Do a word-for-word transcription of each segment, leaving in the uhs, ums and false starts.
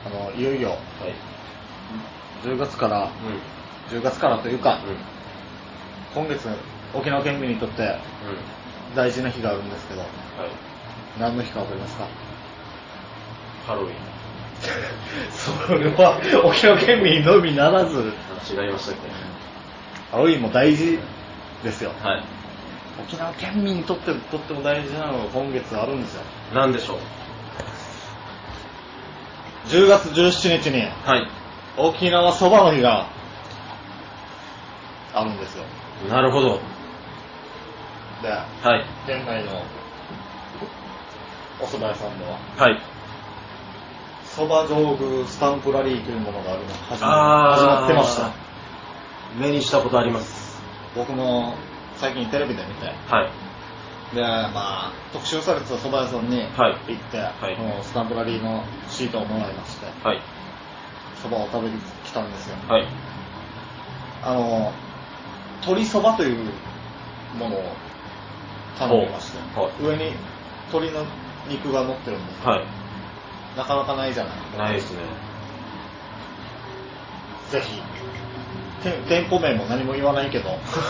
あのいよいよ、はい、じゅうがつから、うん、じゅうがつからというか、うん、今月沖縄県民にとって、うん、大事な日があるんですけど、はい、何の日か分かりますか？ ハロウィン。 それは沖縄県民のみならず、 違いましたっけ？ ハロウィンも大事ですよ。 はい。 沖縄県民にとってとっても大事なのが今月あるんですよ。 何でしょう？ じゅうがつじゅうしちにちに、はい、沖縄そばの日があるんですよ。 なるほど。 で、はい、県内のお蕎麦屋さんでは、はい、蕎麦上宮スタンプラリーというものがあるの始ま、始まってました。 目にしたことあります。 僕も最近テレビで見て、はい、で、まあ、特集されてた蕎麦屋さんに行って、はい、このスタンプラリーのシートをもらいまして、はい、蕎麦を食べに来たんですよ。はい、あの鶏蕎麦というものを頼みまして、はい、上に鶏の肉が乗ってるんですけど、はい、なかなかないじゃないですか。 ないですね。 ぜひ店舗名も何も言わないけど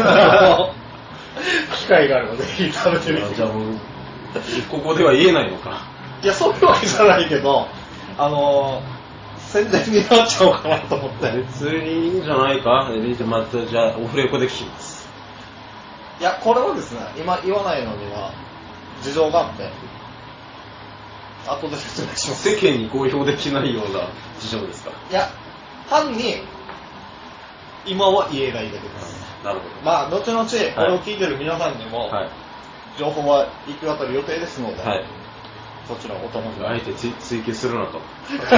機会があればぜひ食べてみて。 じゃあもうここでは言えないのか。 いや、そういうわけじゃないけど、あの宣伝になっちゃおうかなと思って。 別にいいんじゃないか。またじゃあオフレコで聞きます。 いや、これはですね、今言わないのには事情があって、後で説明します。 世間に公表できないような事情ですか？ いや、単に今は言えないだけです。 なるほど。 まあ後々これを聞いてる皆さんにも、はい、情報は行き渡る予定ですので、はい、そちらお楽しみ。 あえて追求するなと。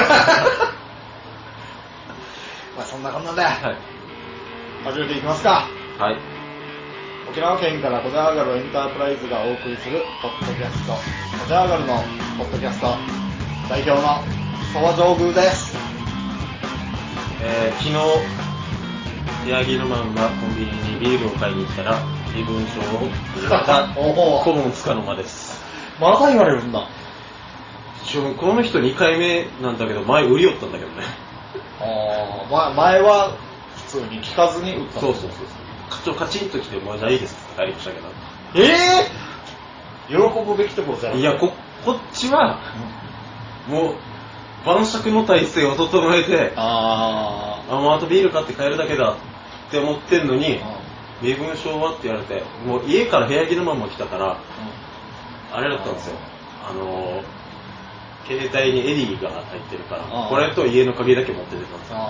まあそんなこんなで、はい、始めていきますか。はい。沖縄県からコジャーガルエンタープライズがお送りするポッドキャスト、コジャーガルのポッドキャスト代表の蕎麦上宮です。 えー、昨日ヤギのマンがコンビニにビールを買いに行ったら身分証を言われた顧問つかの間です。 まだ言われるんだ。 この人にかいめなんだけど前売り寄ったんだけどね。 あ、ま、前は普通に聞かずに売った。 そうそうそうそう。ちょカチンと来てもうじゃあいいですって帰りましたけど。 ええー、喜ぶべきところじゃない。 いや こ, こっちは、うん、もう晩酌の体制を整えて、ああもうあとビール買って帰るだけだって思ってんのに、身分証はって言われて、もう家から部屋着のまま来たから、うん、あれだったんですよ。あの携帯にエディが入ってるから、これと家の鍵だけ持って出たんですよ。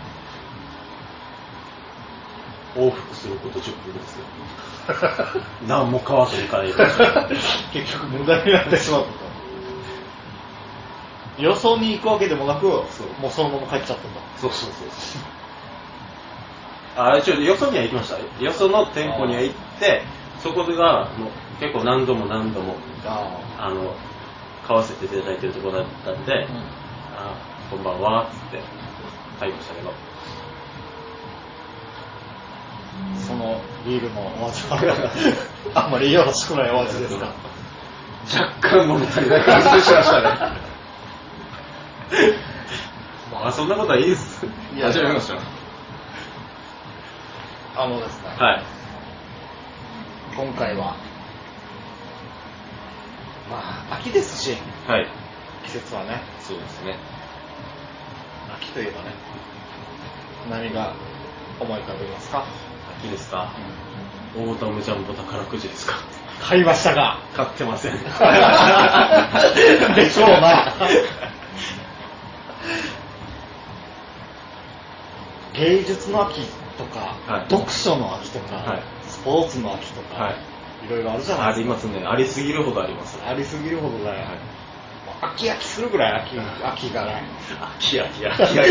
往復することじゅっぷんですよ。何も買わずに帰りました。 結局無駄になってしまったと。よそに行くわけでもなく、そうもうそのまま帰っちゃったと。 そうそうそうそう。あ、一応よそには行きました。よその店舗には行って、そこがもう結構何度も何度もああの買わせていただいてるところだったんで、うん、あこんばんはっつって買いましたけど。 そのビールのお味はあんまりよろしくないお味ですか？ 若干物足りない感じしましたね。まあそんなことはいいです。いや始めましょう。 あのですね。はい。今回はまあ秋ですし、はい。季節はね。 そうですね。 秋といえばね、何が思い浮かべますか？ 秋ですか？うん、オータムジャンボ宝くじですか？ 買いましたか？ 買ってません。 でしょうな。芸術の秋とか、はい、読書の秋とか、はい、スポーツの秋とか、はい、いろいろあるじゃないですか。 ありますね。ありすぎるほどあります。 ありすぎるほどね。はい、秋秋するぐらい秋、秋がね。 秋秋秋秋。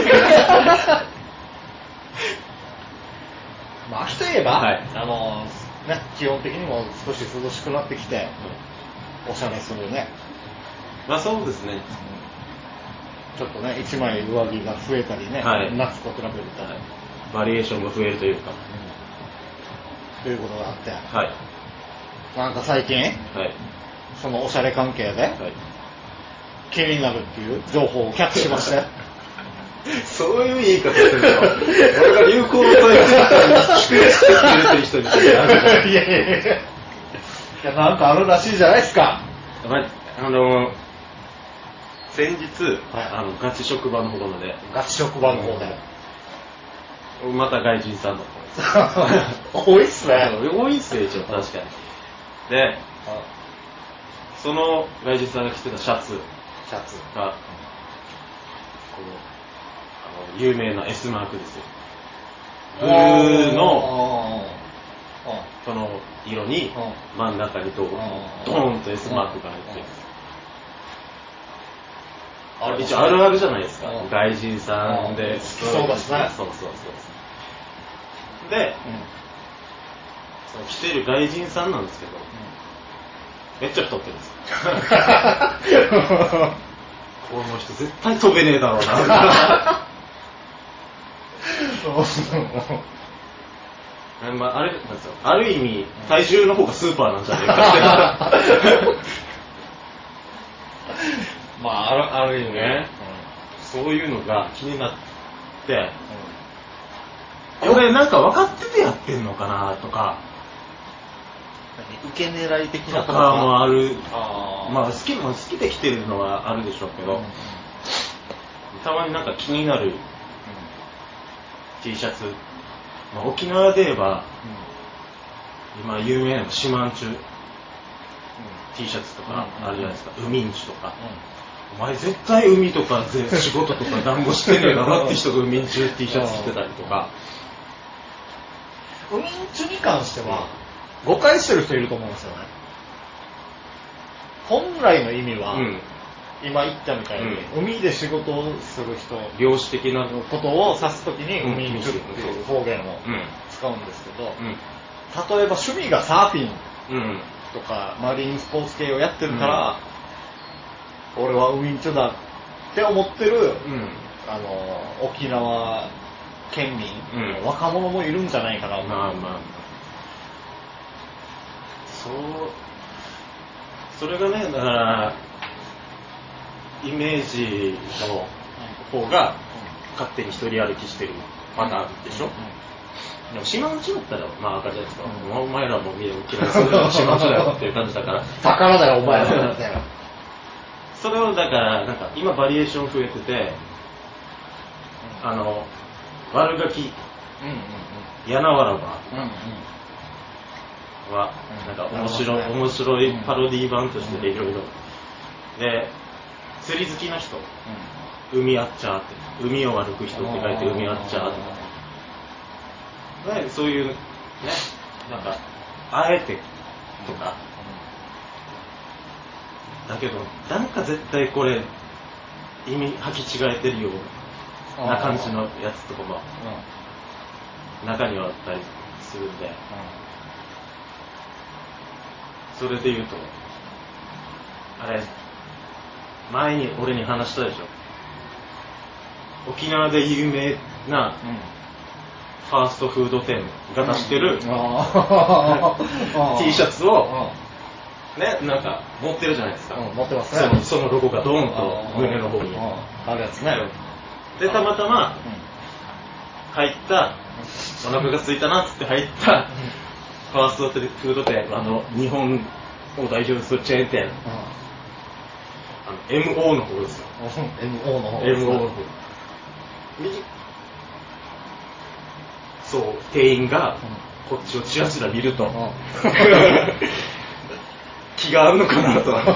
まあ、秋といえば、はい、あのね、気温的にも少し涼しくなってきて、うん、おしゃれするね。 まあそうですね。 ちょっとね、一枚上着が増えたりね、はい、夏と比べると、はい、 バリエーションが増えるというか、 うん、ということがあって、 はい、 なんか最近、はい、そのおしゃれ関係で、はい、 気になるっていう情報をキャッチしましたよ。 そういう言い方すると、俺が流行のタイプだったら祝福してくれてる人みたいな。いやいやいや。いや、なんかあるらしいじゃないですか。 あの、先日、はい、あのガチ職場の方で。 ガチ職場の方で。 また外人さんだったんですよ。 多いっすね。 多いっすよ、一応、確かに。で、その外人さんが着てたシャツシャツが、こう、あの有名な S マークですよ。ブルーのその色に真ん中にドーンと S マークが入ってる。あれ一応あるあるじゃないですか。外人さんで。 そうですね。 そうそうそう。で、その着てる外人さんなんですけど、めっちゃ太ってるんですよ。この人絶対飛べねえだろうな。まあ、あれなんですよ。ある意味体重の方がスーパーなんじゃないかって。 まああるある意味ね、 うん、そういうのが気になって、うん、俺なんか分かっててやってんのかなとか。 受け狙い的なとかもある。あまあ好きも好きで来てるのはあるでしょうけど、うん、たまになんか気になる、うん、T シャツ、まあ、沖縄で言えば、うん、今有名な四万十、うん、T シャツとかあるじゃないですか、うん、海んちとか、うん、お前絶対海とか仕事とか団子してねえだろって人が海んち T シャツ着てたりとか。 海んちに関しては、うん、誤解してる人いると思うんですよね。本来の意味は、うん、今言ったみたいに、うん、海で仕事をする人、 漁師的なことを指すときに海んちっていう方言を使うんですけど、うん、例えば趣味がサーフィンとか、うん、マリンスポーツ系をやってるから、うん、俺は海んちだって思ってる、うん、あの沖縄県民、うん、若者もいるんじゃないかな。 まあまあそうそれがね、だからイメージの方が勝手に一人歩きしてるパターンでしょ、うんうんうん、でも島内だったらまあ赤じゃないですか、うん、お前らも見る嫌いするの島内だよっていう感じだから宝だよお前らみたいな。 それをだからなんか今バリエーション増えてて、うん、あの悪ガキ、うんうんうん、柳原バー、うんうんはなんか面白い、うん、面白いパロディー版としていろいろで釣り好きな人、うん、海あっちゃーって海を歩く人って書いて海あっちゃーってでそういうねなんかあえてとか、うん、だけどなんか絶対これ意味履き違えてるような感じのやつとかも、うん、中にはあったりするんで、うんそれで言うと、あれ、前に俺に話したでしょ。沖縄で有名なファーストフード店が出してる、うん、T シャツを、ね、なんか持ってるじゃないですか。 うん、持ってますね。 その、そのロゴがドーンと胸の方に。 あるやつね。 で、たまたま入った、お腹が空いたなっつって入った、ファーストフード店、あの日本を代表するチェーン店、うん、あの エムオー の方ですよ。 エムオー の方。 エムオー の方。そう、店員がこっちをチラチラ見ると、うん、気があるのかなと。ま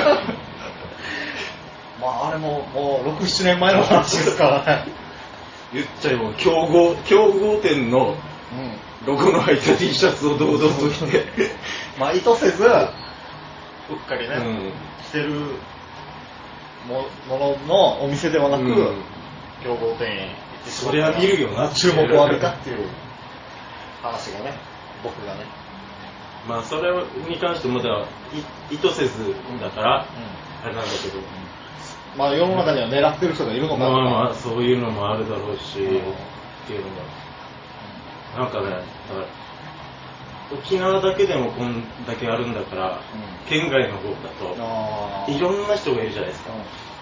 ああれももうろく、ななねんまえの話ですからね。 言っちゃえば競合競合店のロゴの入った T シャツを堂々と着てまあ意図せずうっかりね、うん、着てるもののお店ではなく、うん、競合店へ行ってそれは見るよな注目を浴びたっていう話がね僕がねまあそれに関してもだ意図せずだから、うん、あれなんだけど、うんまあ世の中には狙ってる人がいるのかなとか、 まあまあそういうのもあるだろうし、うん、っていうのもなんかねだから沖縄だけでもこんだけあるんだから、うん、県外の方だといろんな人がいるじゃないですか、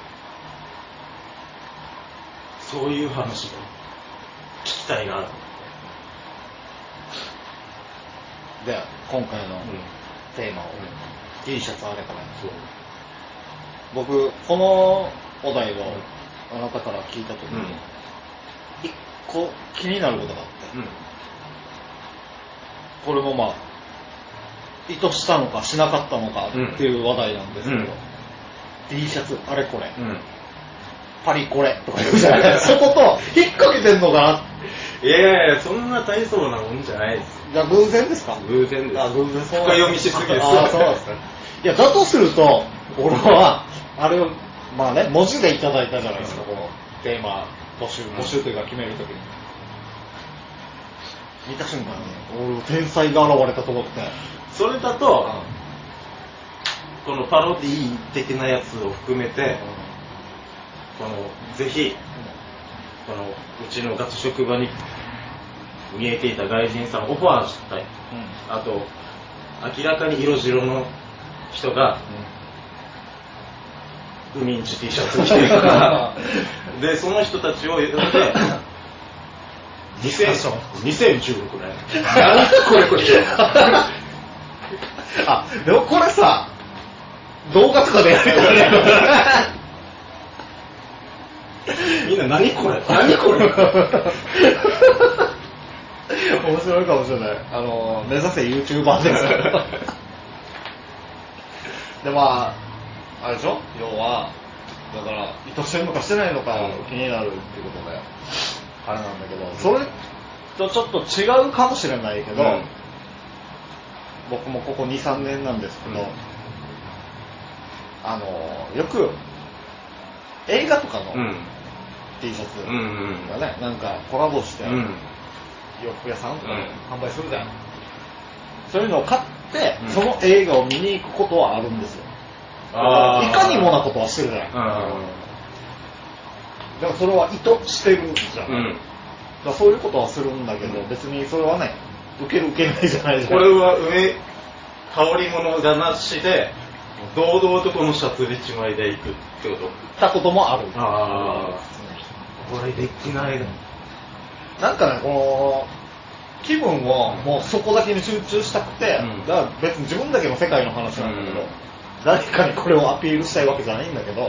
そういう話が聞きたいな。 で、今回のテーマを、うん、T シャツあれから、そう僕、このお題をあなたから聞いたときに、一、うん、個気になることがあって、うん、これもまあ、意図したのかしなかったのかっていう話題なんですけど、うん、T シャツあれこれ、うん、パリコレとか言うじゃないそこと引っ掛けてんのかな。 いやいや、そんな大層なもんじゃないです。 いや、偶然ですか？ 偶然です。 あ、偶然そう。 深読みしすぎです。 あ、そうですね。いや、だとすると、俺は、あれを、まあね、文字でいただいたじゃないですか、このテーマ、募集、募集というか決めるときに。見た瞬間に、俺、天才が現れたと思って。 それだと、うん、このパロディ的なやつを含めて、うん、この、ぜひ、このうちのガチ職場に見えていた外人さんをオファーしたい、うん、あと明らかに色白の人が、うん、ウミンチ T シャツを着てるからでその人たちを呼んでにせんじゅうろくねん何これこれあ、でもこれさ動画とかでやってたねみんな何これ何これ面白いかもしれない。あの目指せ YouTuber ですでまああれでしょ、要はだから意図してるのかしてないのか気になるっていうことであれなんだけど、それとちょっと違うかもしれないけど、うん、僕もここ にさんねんなんですけど、うん、あのよく映画とかの、うん、T シャツがね、うんうん、なんかコラボして、うん、洋服屋さんとかで販売するじゃん、うん、そういうのを買って、うん、その映画を見に行くことはあるんですよ。あいかにもなことはしてるじゃん。だからそれは意図してるじゃん、うん、だからそういうことはするんだけど、うん、別にそれはね受ける受けないじゃないじゃん。 これは上羽織物がなしで堂々とこのシャツ一枚で行くってことたこともある。 ああ、これできないね。 なんかね、この気分をもうそこだけに集中したくて、うん、だから別に自分だけの世界の話なんだけど、うん、誰かにこれをアピールしたいわけじゃないんだけど、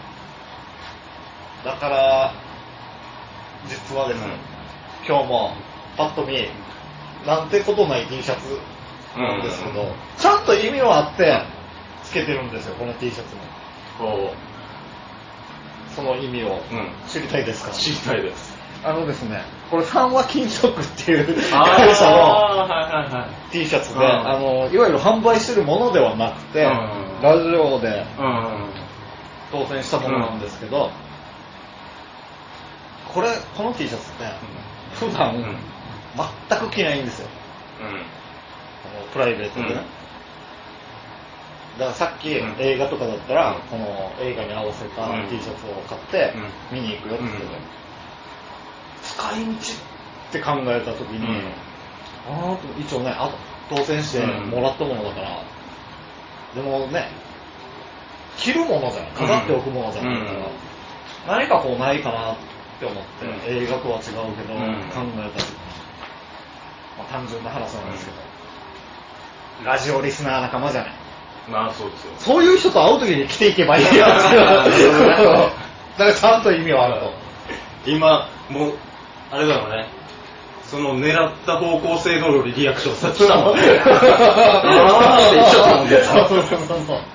だから実はですね、うん、今日もパッと見なんてことない T シャツなんですけど、うん、ちゃんと意味はあってつけてるんですよ、この T シャツも。こうその意味を知りたいですか？ 知りたいです。 あのですね、これ三和金属っていう会社の T シャツで、あのいわゆる販売してるものではなくて、ラジオで当選したものなんですけど、これこの T シャツって普段全く着ないんですよ、あのプライベートでね。だからさっき映画とかだったら、この映画に合わせた T シャツを買って見に行くよって言って、使い道って考えたときに、うん、あ一応ねあ当選してもらったものだから、うん、でもね着るものじゃない、飾っておくものじゃないから、うん、何かこうないかなって思って、うん、映画とは違うけど、うん、考えたときに、まあ、単純な話なんですけど、うん、ラジオリスナー仲間じゃない。 まあそうですよ。 そういう人と会うときに着ていけばいいやつだからちゃんと意味はあると。 今もうあれだろうね、その狙った方向性のリアクションさせたもんね。あーって言っちゃったもんね。そうそうそうそう。 だ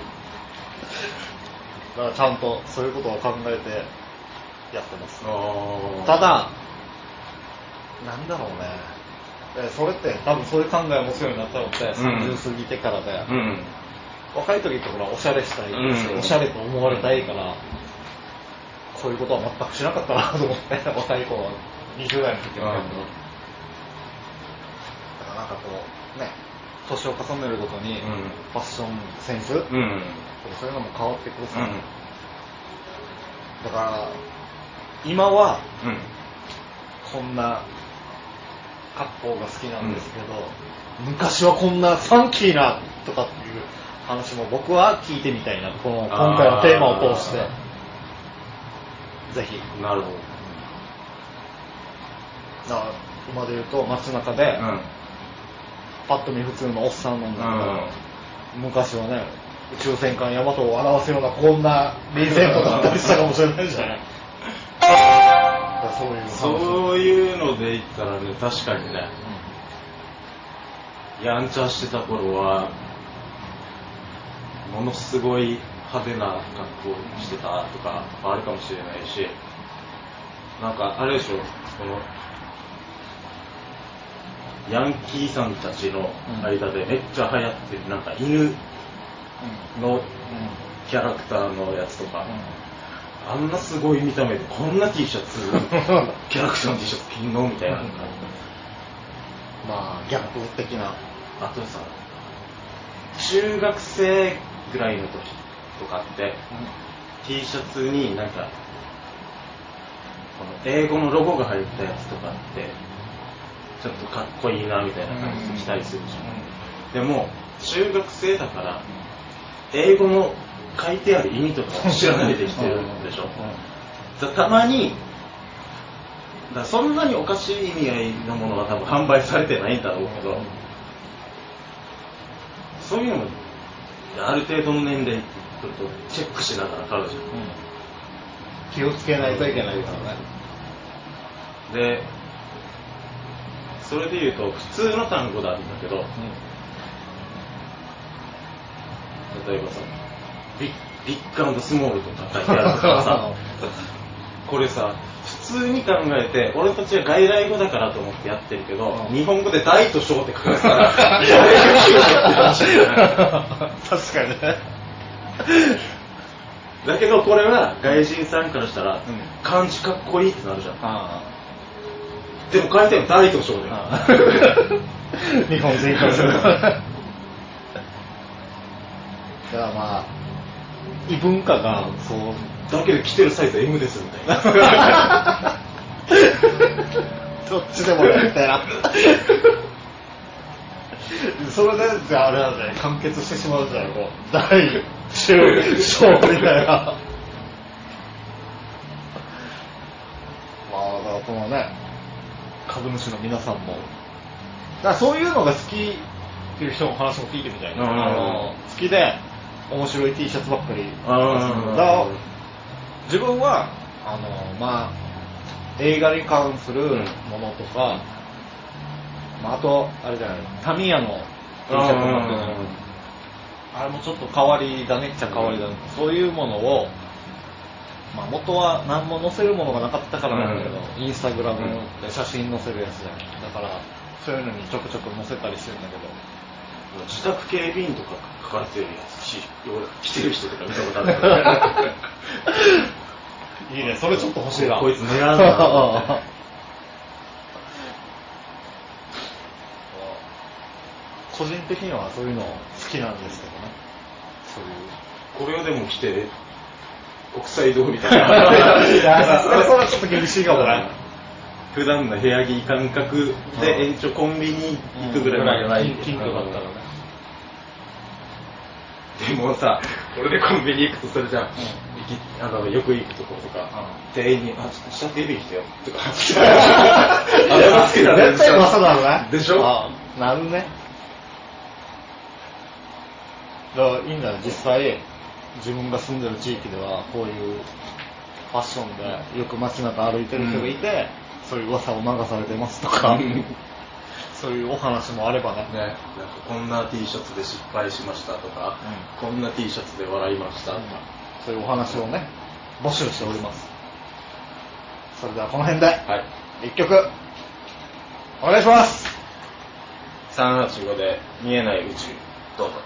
からちゃんとそういうことを考えてやってます。ただなんだろうね、それって多分そういう考えを持つようになったのってさんじゅう過ぎてからで、うん、若い時ってほらおしゃれしたい、うん、おしゃれと思われたいから、そういうことは全くしなかったなと思って若い頃はにじゅう代の時は、うん、だからなんかこうね年を重ねるごとに、うん、ファッションセンス、うん、そういうのも変わってくるさ、うん、だから今は、うん、こんな格好が好きなんですけど、うん、昔はこんなファンキーなとかっていう話も僕は聞いてみたいな、この今回のテーマを通してぜひなるほどだ今で言うと街中で、うん、パッと見普通のおっさんなんだけど、うん、昔はね宇宙戦艦ヤマトを表すようなこんなリーゼントだったりしたかもしれないじゃないそういうそういうので言ったらね確かにね、うん、やんちゃしてた頃はものすごい派手な格好してたとかあるかもしれないし、なんかあれでしょ、このヤンキーさんたちの間でめっちゃ流行ってるなんか犬のキャラクターのやつとか、あんなすごい見た目でこんな T シャツキャラクターの T シャツ着んのみたいなのがまあギャップ的な。 あとさ中学生ぐらいの時とかって、うん、T シャツになんかこの英語のロゴが入ったやつとかってちょっとかっこいいなみたいな感じで着たりするじゃん、うん、でも中学生だから英語の書いてある意味とか知らないで着てるんでしょ、うんうん、たまにだそんなにおかしい意味合いのものは多分販売されてないんだろうけど、うん、そういうのもある程度の年齢に来るとチェックしながら買うじゃん、うん、 気をつけないといけないからね。 でそれで言うと普通の単語なんだけど、うん、例えばさビッ、ビッグ&スモールとか書いてあるとかさこれさ普通に考えて俺たちは外来語だからと思ってやってるけど、うん、日本語で大と小って書かれてたら確かにねだけどこれは外人さんからしたら、うん、漢字かっこいいってなるじゃん。あでも書いてある大と小だよ日本人からするとだからまあ異文化がそうだけど着てるサイズ エム ですみたいなどっちでもねみたいなそれでじゃああれなんだね完結してしまうじゃんこう大中小みたいなまあだからこのね株主の皆さんもだからそういうのが好きっていう人の話も聞いてみたいな、あの好きで面白い T シャツばっかりだから自分はあのまあ映画に関するものとか、うんまあ、あとあれじゃないタミヤの T シャツ持ってるあれもちょっと変わりだねっちゃ変わりだね、うん、そういうものをまあ、元は何も載せるものがなかったからなんだけど、うん、インスタグラムで写真載せるやつじゃん。だからそういうのにちょくちょく載せたりしてるんだけど自宅警備員とか書かれてるやつし着てる人とか見たことあるいいねそれちょっと欲しいなこいつ狙うんだ個人的にはそういうの好きなんですけどねそういうこれをでも着て国際通りとかいやそれはちょっと厳しいかもね普段の部屋着感覚で延長コンビニ行くぐらいのライン金庫だったらねでもさこれでコンビニ行くとするじゃん、うん、あのよく行くところとか、うん、店員にあちょっと下警備してよとかあれは好きだね絶対噂だろうねでしょあなるねだからいいんだよ実際自分が住んでる地域ではこういうファッションでよく街中歩いてる人がいて、うん、そういう噂を流されてますとか、うん、そういうお話もあれば ね, ねなんかこんな T シャツで失敗しましたとか、うん、こんな T シャツで笑いましたとか、 うん、そういうお話をね募集しております。それではこの辺で、はい、いっきょくお願いします。 さんはちごで見えない宇宙どうぞ。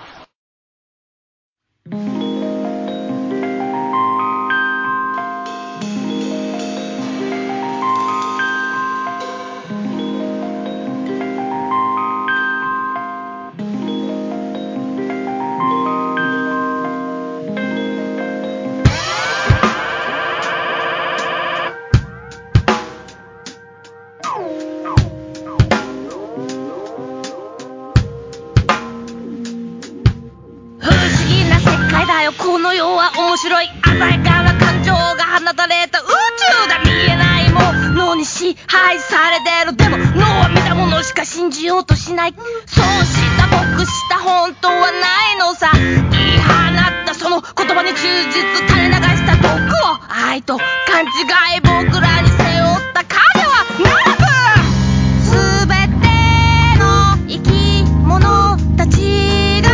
この世は面白い鮮やかな感情が放たれた宇宙だ見えないものに支配配されてる。でも脳は見たものしか信じようとしない。そうした僕した本当はないのさ。言い放ったその言葉に忠実垂れ流した毒を愛と勘違い僕らに背負った影は長く全ての生き物たちが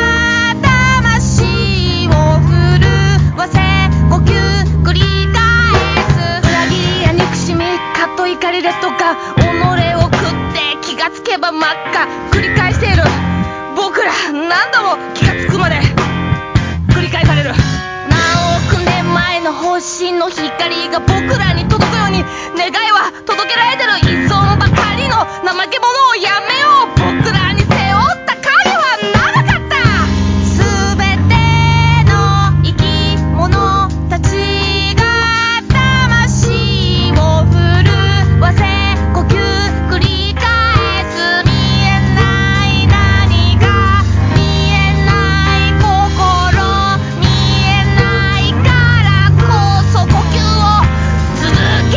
魂を震わせ呼吸繰り返す。裏切りや憎しみかと怒りですとか己を食って気がつけば真っ赤繰り返している。僕ら何度も気がつくまで繰り返される。何億年前の星の光が僕らに届くように願いは届けられてる。依存ばかりの怠け者をやめよう。僕らに背負った影は長かった。全ての生き物たちが魂を震わせ呼吸繰り返す。見えない何か見えない心見えないからこそ呼吸を続ける。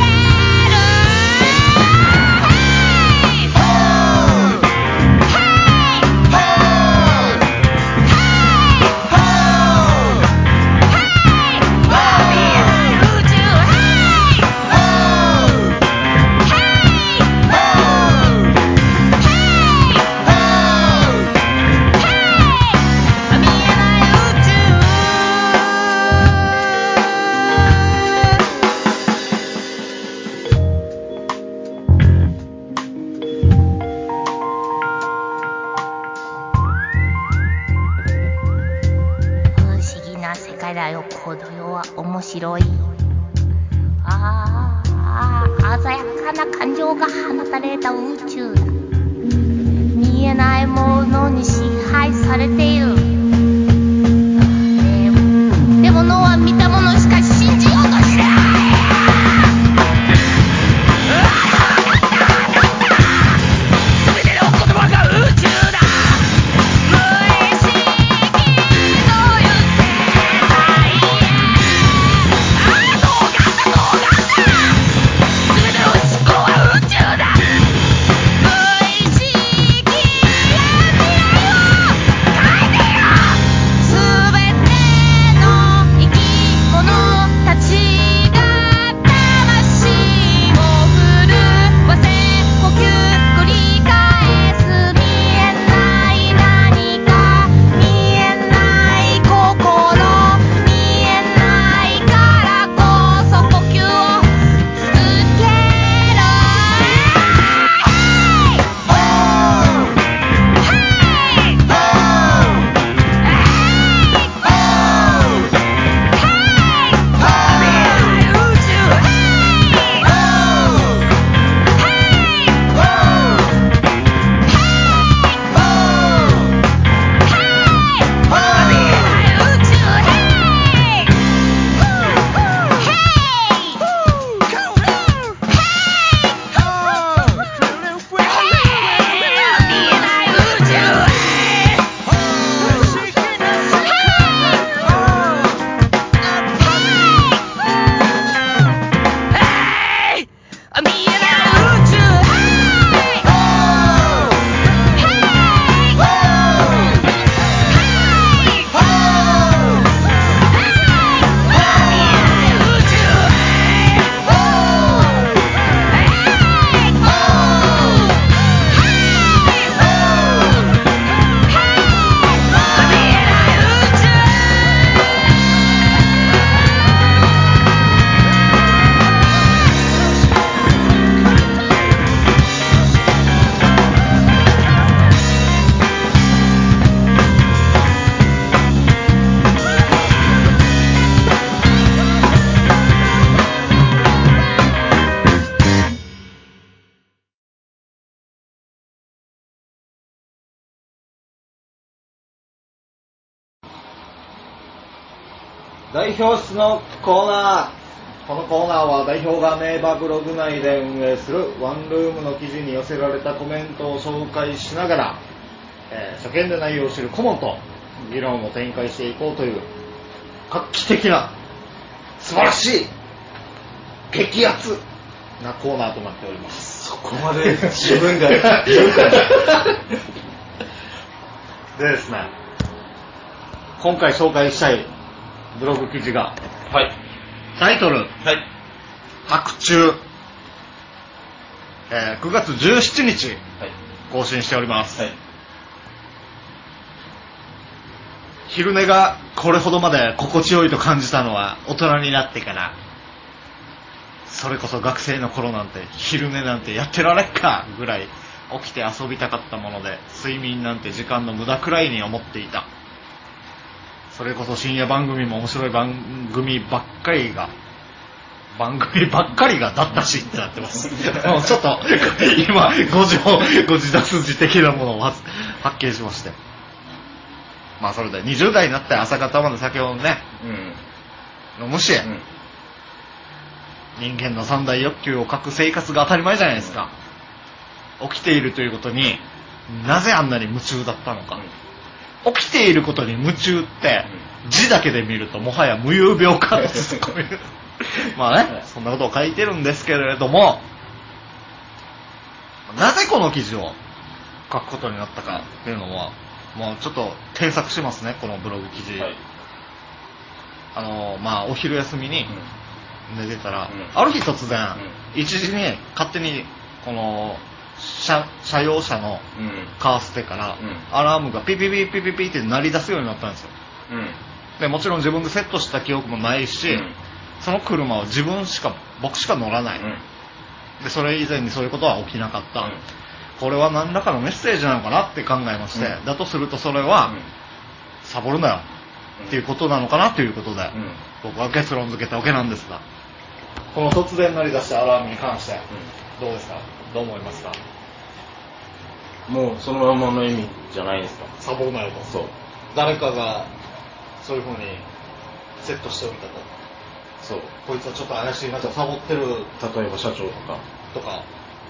世界だよ、この世は面白い。ああ、鮮やかな感情が放たれた宇宙だ。見えないものに支配されている。でも、でも脳は見たものしか信じようとしない。全ての言葉が宇宙だ。無意識代表室のコーナー。このコーナーは代表が名馬ブログ内で運営するワンルームの記事に寄せられたコメントを紹介しながら、えー、初見で内容を知る顧問と議論を展開していこうという画期的な素晴らしい激アツなコーナーとなっております。 そこまで自分が言うかでですね、今回紹介したいブログ記事が、 はい、 タイトル、 はい、 白昼、えー、くがつじゅうしちにち、はい、更新しております、はい、昼寝がこれほどまで心地よいと感じたのは大人になってから。それこそ学生の頃なんて昼寝なんてやってられっかぐらい起きて遊びたかったもので、睡眠なんて時間の無駄くらいに思っていた。それこそ深夜番組も面白い番組ばっかりが番組ばっかりがだったしってなってますもうちょっと今誤字を誤字脱字的なものを発見しまして、まあそれでにじゅう代になって朝方まで酒をね、うん、飲むし、うん、人間の三大欲求を書く生活が当たり前じゃないですか。起きているということになぜあんなに夢中だったのか。起きていることに夢中って字だけで見るともはや無遊病かとツッコミるまあね、そんなことを書いてるんですけれども、なぜこの記事を書くことになったかっていうのはもうちょっと添削しますね、このブログ記事、はい、あのまあお昼休みに寝てたら、うん、ある日突然、うん、一時に勝手にこの 車, 車用車のカーステから、うん、アラームがピピピピピピって鳴り出すようになったんですよ、うん、でもちろん自分でセットした記憶もないし、うん、その車は自分しか僕しか乗らない、うん、でそれ以前にそういうことは起きなかった、うん、これは何らかのメッセージなのかなって考えまして、うん、だとするとそれは、うん、サボるなよっていうことなのかなということで、うん、僕は結論付けたわけなんですが、この突然鳴り出したアラームに関して、うん、どうですか、どう思いますか。 もうそのままの意味じゃないですか。 サボるなよと。そう。誰かがそういう風にセットしておいたと。そう。こいつはちょっと怪しいなとサボってる。例えば社長とか。 とか。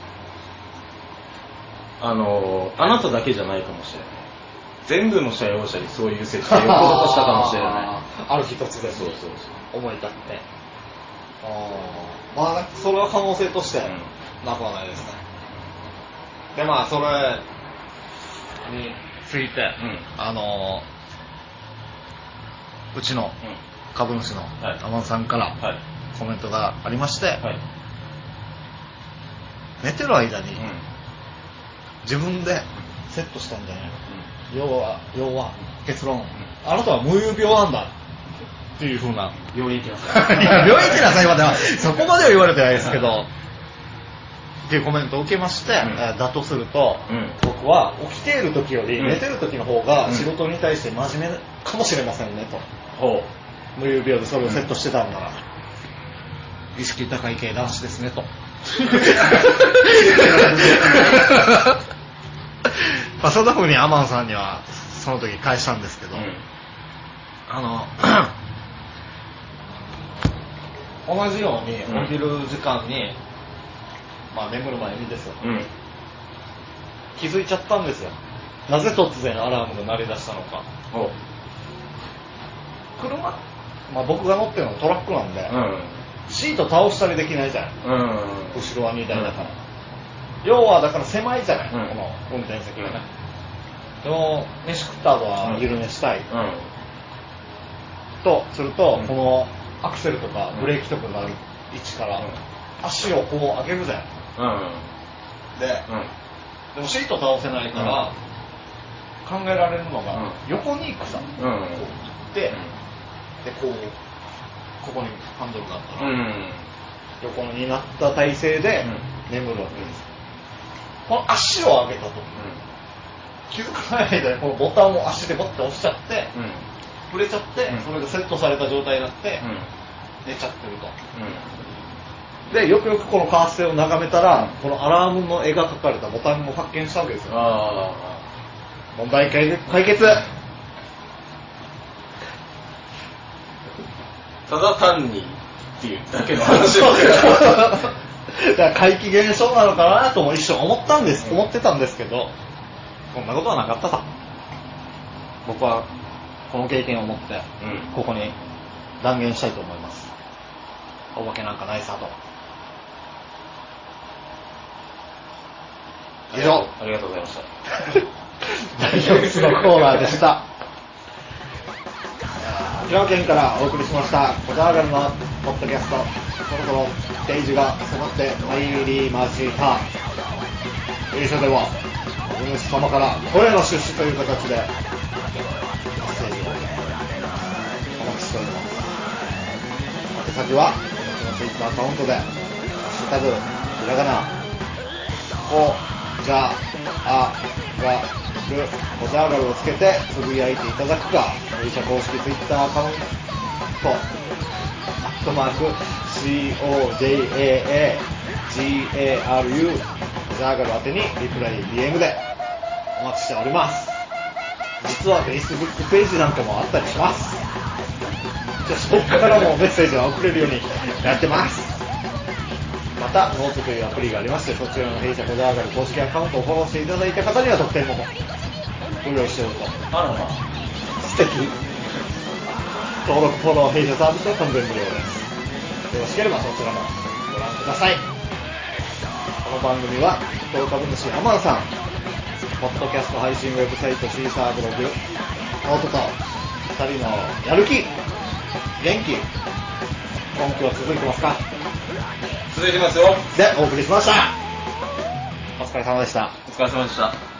あのあなただけじゃないかもしれない。全部の車用車にそういう設定を施したかもしれない。 ある日突然そうそうそう思い立って。あまあそれは可能性としてなくはないですね。でまあそれについて、うん、あのうちの株主の天野さんからコメントがありまして、はいはい、寝てる間に自分でセットしたんじゃないの、うん、要は要は結論、うん、あなたは無遊病なんだっていう風な。 病院行きなさいいや病院行きなさいまではそこまでは言われてないですけどっていうコメントを受けまして、うん、だとすると、うん、僕は起きている時より寝てる時の方が仕事に対して真面目かもしれませんねと、うん、無遊病でそれをセットしてたんなら、うん、意識高い系男子ですねとまあそんな風にアマンさんにはその時返したんですけど、うん、あの同じようにお昼時間に、まあ眠る前にですよ、うん、気づいちゃったんですよ。なぜ突然アラームが鳴り出したのか。車、まあ、僕が乗ってるのはトラックなんで、うん、シート倒したりできないじゃない、うん、後ろはにだいだから、うん、要はだから狭いじゃない、うん、この運転席がね。でも飯食った後は昼寝したい、うん、とすると、うん、このアクセルとかブレーキとかがある位置から、うん、足をこう上げるじゃない、うん、で、うん、でもシート倒せないから、うん、考えられるのが、うん、横に行くさ、うん、こう行って、うん、でこうここにハンドルがあったら、うん、横になった体勢で眠るわけです、うん、この足を上げたと、うん、気づかない間にこのボタンを足でボッて押しちゃって、うん、触れちゃって、うん、それがセットされた状態になって、うん、寝ちゃってると、うん、でよくよくこのカーステを眺めたら、うん、このアラームの絵が描かれたボタンを発見したわけですよ。あ問題解決、解決ただ単にっていうだけの話だから怪奇現象なのかなとも一瞬思ったんです、うん、思ってたんですけど、そんなことはなかったさ。僕はこの経験を持って、うん、ここに断言したいと思います。お化けなんかないさと。 以上。 ありがとうございました。 大学のコーナーでした。沖縄県からお送りしましたこだわりのポッドキャスト、そろそろ定時が迫ってまいりました。弊社ではお主様から声の出資という形でメッセージをお待ちしております。宛先は私のツイッターアカウントでハッシュタグひらがなこじゃあがるこじゃがるをつけてつぶやいていただくか、弊社公式ツイッターアカウントアットマーク シーオージェイエーエージーエーアールユー こじゃがる宛てにリプライ ディーエム でお待ちしております。実は Facebook ページなんかもあったりします。そこからもメッセージが送れるようにやってます。またノートというアプリがありまして、そちらの弊社こだわり公式アカウントをフォローしていただいた方には特典もご用意しておると。 あらま素敵。登録フォロー弊社サービスは完全無料です。よろしければそちらもご覧ください。この番組は伊藤株主天野さん、ポッドキャスト配信ウェブサイトシーサーブログノートとふたりのやる気元気根気は続いてますか？ 続いてますよ。 でお送りしました。お疲れ様でした。 お疲れ様でした。